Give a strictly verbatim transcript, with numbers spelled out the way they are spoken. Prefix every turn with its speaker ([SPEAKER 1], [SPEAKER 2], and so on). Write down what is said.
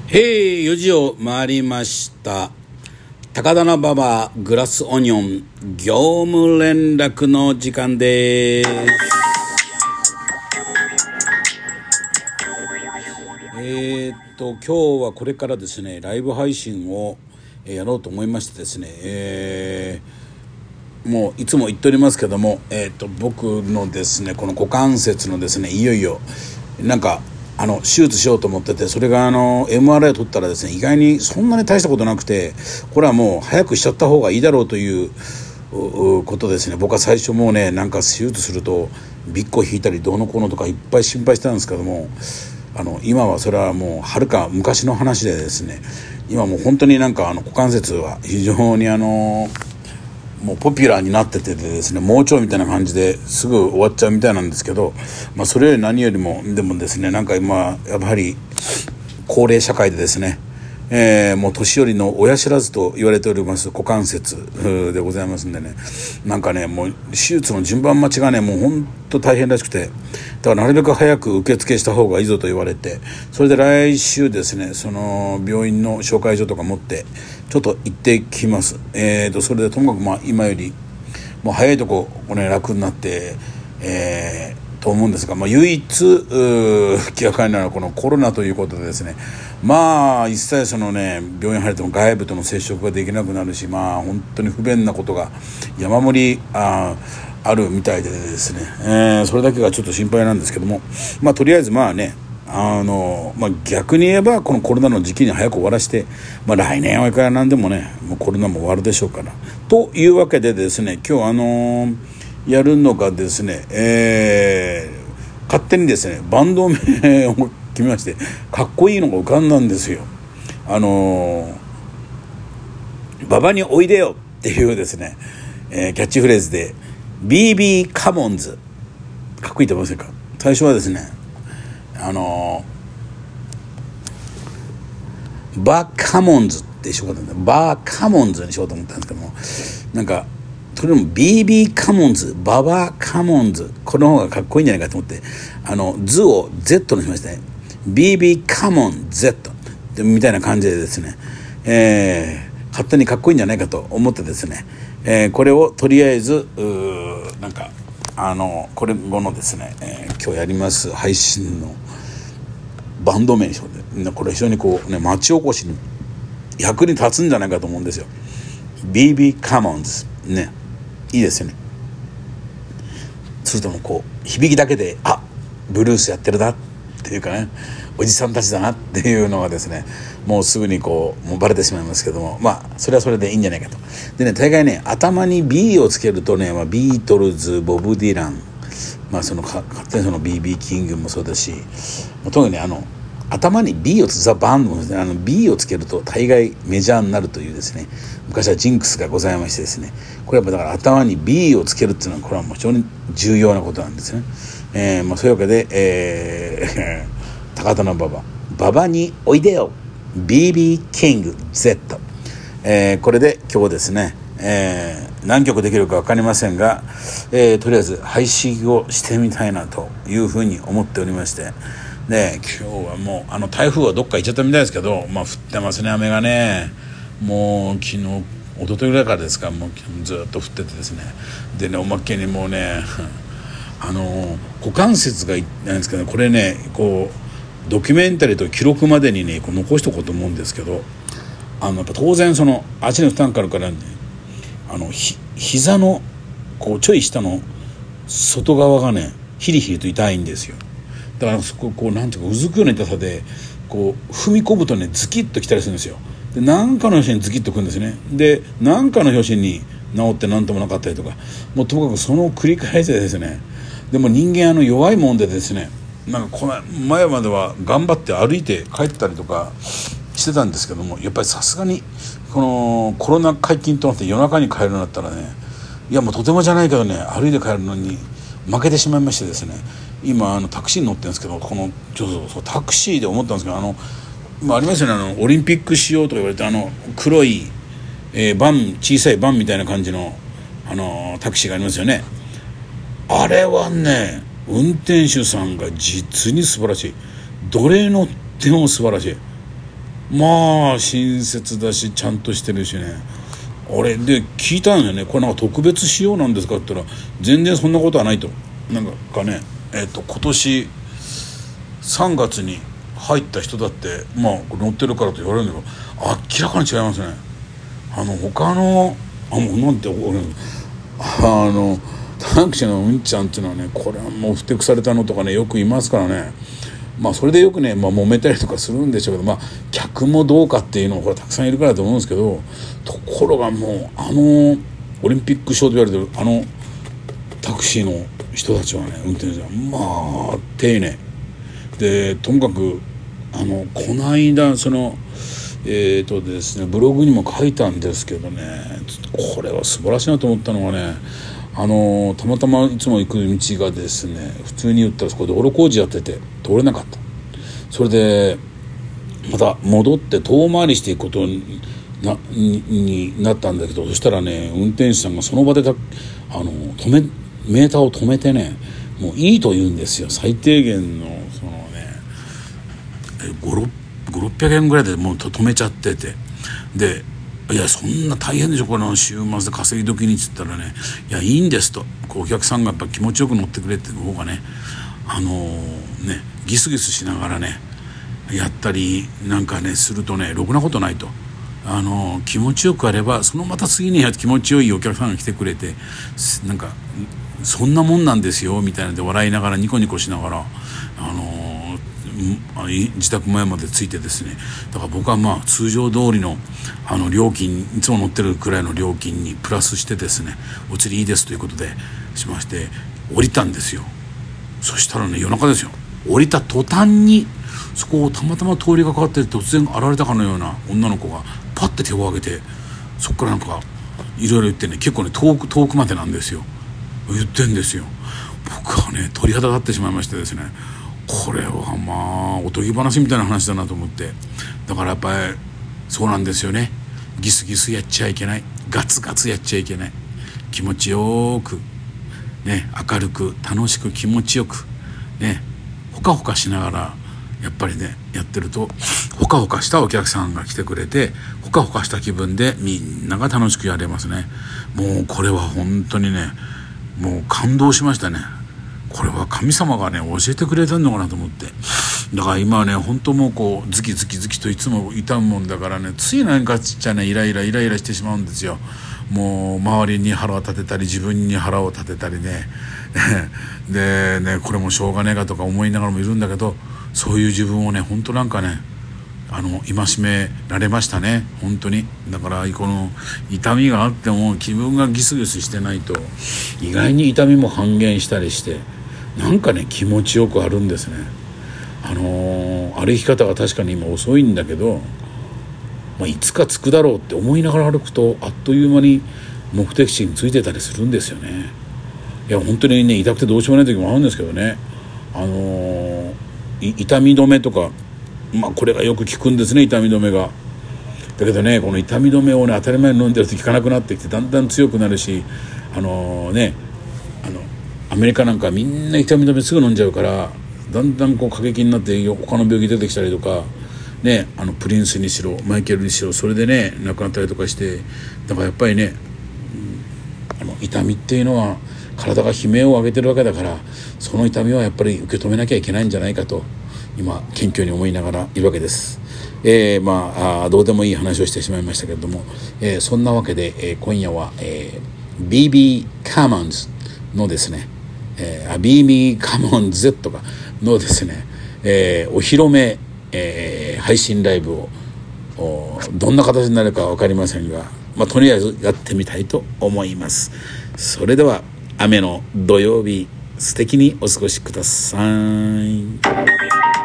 [SPEAKER 1] へい、よじを回りました。高田馬場グラスオニオン業務連絡の時間です。えー、っと今日はこれからですねライブ配信をやろうと思いましてですね、えー、もういつも言っておりますけども、えー、っと僕のですねこの股関節のですねいよいよなんかあの手術しようと思ってて、それがあの エムアールアイ 取ったらですね意外にそんなに大したことなくて、これはもう早くしちゃった方がいいだろうということですね。僕は最初もうねなんか手術するとビッコ引いたりどうのこうのとかいっぱい心配してたんですけども、あの今はそれはもうはるか昔の話でですね、今もう本当になんかあの股関節は非常にあのもうポピュラーになっててですね、盲腸みたいな感じですぐ終わっちゃうみたいなんですけど、まあ、それより何よりもでもですねなんか今やっぱり高齢社会でですね、えー、もう年寄りの親知らずと言われております股関節でございますんでね、なんかねもう手術の順番待ちがねもう本当大変らしくて、だからなるべく早く受付した方がいいぞと言われて、それで来週ですねその病院の紹介状とか持ってちょっと行ってきます。えーとそれでともかくまあ今よりもう早いとここれ楽になって、えーと思うんですが、まあ、唯一気がかりなのはこのコロナということでですね、まあ一切そのね病院入っても外部との接触ができなくなるし、まあ本当に不便なことが山盛りああるみたいでですね、えー、それだけがちょっと心配なんですけども、まあとりあえずまあねあの、まあ、逆に言えばこのコロナの時期に早く終わらして、まあ、来年はいくらなんでもねもうコロナも終わるでしょうからというわけでですね、今日あのーやるのがですね、えー、勝手にですねバンド名を決めまして、かっこいいのが浮かんだんですよ。あのー、ババにおいでよっていうですね、えー、キャッチフレーズで ビービー カモンズ、かっこいいと思いませんか。最初はですねあのー、バーカモンズってしようと思ったバーカモンズにしようと思ったんですけども、なんかそれでも ビービー カモンズ、ババカモンズ、この方がかっこいいんじゃないかと思って、あの図を Z にしましたね。 ビービー カモン Z みたいな感じでですね、えー、勝手にかっこいいんじゃないかと思ってですね、えー、これをとりあえずなんかあのこれ後のですね、えー、今日やります配信のバンド名にしようで、これ非常にこうね町おこしに役に立つんじゃないかと思うんですよ。 ビービー カモンズね、いいですよね。するともこう響きだけであブルースやってるなっていうかね、おじさんたちだなっていうのがですねもうすぐにこうもうバレてしまいますけども、まあそれはそれでいいんじゃないかと。でね大概ね頭に B をつけるとね、まあ、ビートルズ、ボブ・ディラン、まあその勝手にその ビービー キングもそうだし、特にねあの頭に B をつザ・バンドもですね、あの B をつけると大概メジャーになるというですね昔はジンクスがございましてですね、これはだから頭に B をつけるっていうのはこれはもう非常に重要なことなんですね。えーまあ、そういうわけで、えー、高田馬場馬場においでよ ビービー キング Z、えー、これで今日ですね、えー、何曲できるか分かりませんが、えー、とりあえず配信をしてみたいなというふうに思っておりまして、で今日はもうあの台風はどっか行っちゃったみたいですけど、まあ降ってますね雨がね。もう昨日一昨日ぐらいからですか、もうずっと降っててですね、でねおまけにもうねあの股関節がなんですけど、これねこうドキュメンタリーと記録までにねこう残しておこうと思うんですけど、あのやっぱ当然その足の負担からからねあのひ膝のこうちょい下の外側がねヒリヒリと痛いんですよ。だからそここうなんていうかうずくような痛さでこう踏み込むとねズキッときたりするんですよ。で何かの拍子にズキッとくるんですね。で何かの拍子に治って何ともなかったりとか、もうともかくその繰り返しでですね、でも人間あの弱いもんでですね、なんかこの前までは頑張って歩いて帰ったりとかしてたんですけども、やっぱりさすがにこのコロナ解禁となって夜中に帰るようになったらね、いやもうとてもじゃないけどね歩いて帰るのに負けてしまいましてですね、今あのタクシーに乗ってるんですけど、このちょっとそうタクシーで思ったんですけど、あの今ありますよね、あのオリンピック仕様とか言われてあの黒い、えー、バン小さいバンみたいな感じの、あのー、タクシーがありますよね。あれはね運転手さんが実に素晴らしい。どれ乗っても素晴らしい。 まあ親切だしちゃんとしてるしね。俺で聞いたんだよね、これなんか特別仕様なんですかって言ったら全然そんなことはないと。なんかね、えっと今年さんがつに入った人だってまあ乗ってるからと言われるんだけど明らかに違いますね。あの他のあもうなんて俺あのタクシーのうんちゃんっていうのはね、これはもうふてくされたのとかねよくいますからね。まあそれでよくね、まあ、揉めたりとかするんでしょうけど、まあ客もどうかっていうのはこれたくさんいるからだと思うんですけど、ところがもうあのオリンピック賞と言われてるあのタクシーの人たちはね、運転手はまあ丁寧で、ともかくあのこの間そのえーとですねブログにも書いたんですけどね、これは素晴らしいなと思ったのがね、あのたまたまいつも行く道がですね、普通に言ったらそこで道路工事やってて通れなかった。それでまた戻って遠回りしていくことに な, に, になったんだけど、そしたらね運転手さんがその場でたあの止めメーターを止めてね、もういいと言うんですよ。最低限のそのねごひゃくろっぴゃくえんぐらいでもう止めちゃってて、でいやそんな大変でしょこの週末で稼ぎ時にっつったらね、いやいいんですと、お客さんがやっぱ気持ちよく乗ってくれっていう方がね、あのー、ねギスギスしながらねやったりなんかねするとねろくなことないと、あのー、気持ちよくあればそのまた次に気持ちよいお客さんが来てくれて、なんかそんなもんなんですよみたいなので笑いながらニコニコしながらあのー自宅前まで着いてですね、だから僕はまあ通常通りのあの料金、いつも乗ってるくらいの料金にプラスしてですね、お釣りいいですということでしまして降りたんですよ。そしたらね夜中ですよ、降りた途端にそこをたまたま通りがかって突然現れたかのような女の子がパッて手を挙げて、そこからなんかいろいろ言ってね、結構ね遠く遠くまでなんですよ言ってんですよ。僕はね鳥肌立ってしまいましてですね、これはまあおとぎ話みたいな話だなと思って、だからやっぱりそうなんですよね、ギスギスやっちゃいけない、ガツガツやっちゃいけない、気持ちよくね明るく楽しく気持ちよくねほかほかしながらやっぱりねやってると、ほかほかしたお客さんが来てくれて、ほかほかした気分でみんなが楽しくやれますね。もうこれは本当にねもう感動しましたね。これは神様がね教えてくれたのかなと思って、だから今はね本当もうこうズキズキズキといつも痛むもんだからね、つい何かちっちゃいねイライライライラしてしまうんですよ。もう周りに腹を立てたり自分に腹を立てたりねでねこれもしょうがねえかとか思いながらもいるんだけど、そういう自分をね本当なんかねあの戒められましたね本当に。だからこの痛みがあっても気分がギスギスしてないと意外に痛みも半減したりしてなんかね気持ちよくあるんですね。あのー、歩き方が確かに今遅いんだけど、まあ、いつか着くだろうって思いながら歩くとあっという間に目的地に着いてたりするんですよね。いや本当にね痛くてどうしようもない時もあるんですけどね、あのー、痛み止めとかまあこれがよく効くんですね、痛み止めが。だけどねこの痛み止めをね当たり前に飲んでると効かなくなってきてだんだん強くなるし、あのー、ねあのアメリカなんかみんな痛み止めすぐ飲んじゃうからだんだんこう過激になって他の病気出てきたりとかね、あのプリンスにしろマイケルにしろそれでね亡くなったりとかして、だからやっぱりね、うん、あの痛みっていうのは体が悲鳴を上げてるわけだから、その痛みはやっぱり受け止めなきゃいけないんじゃないかと今謙虚に思いながらいるわけです。えー、まああどうでもいい話をしてしまいましたけれども、えー、そんなわけで、えー、今夜は、えー、ビービー カモンズのですね、えー、ビービー カモン Z かのですね、えー、お披露目、えー、配信ライブをどんな形になるか分かりませんが、まあ、とりあえずやってみたいと思います。それでは雨の土曜日素敵にお過ごしください。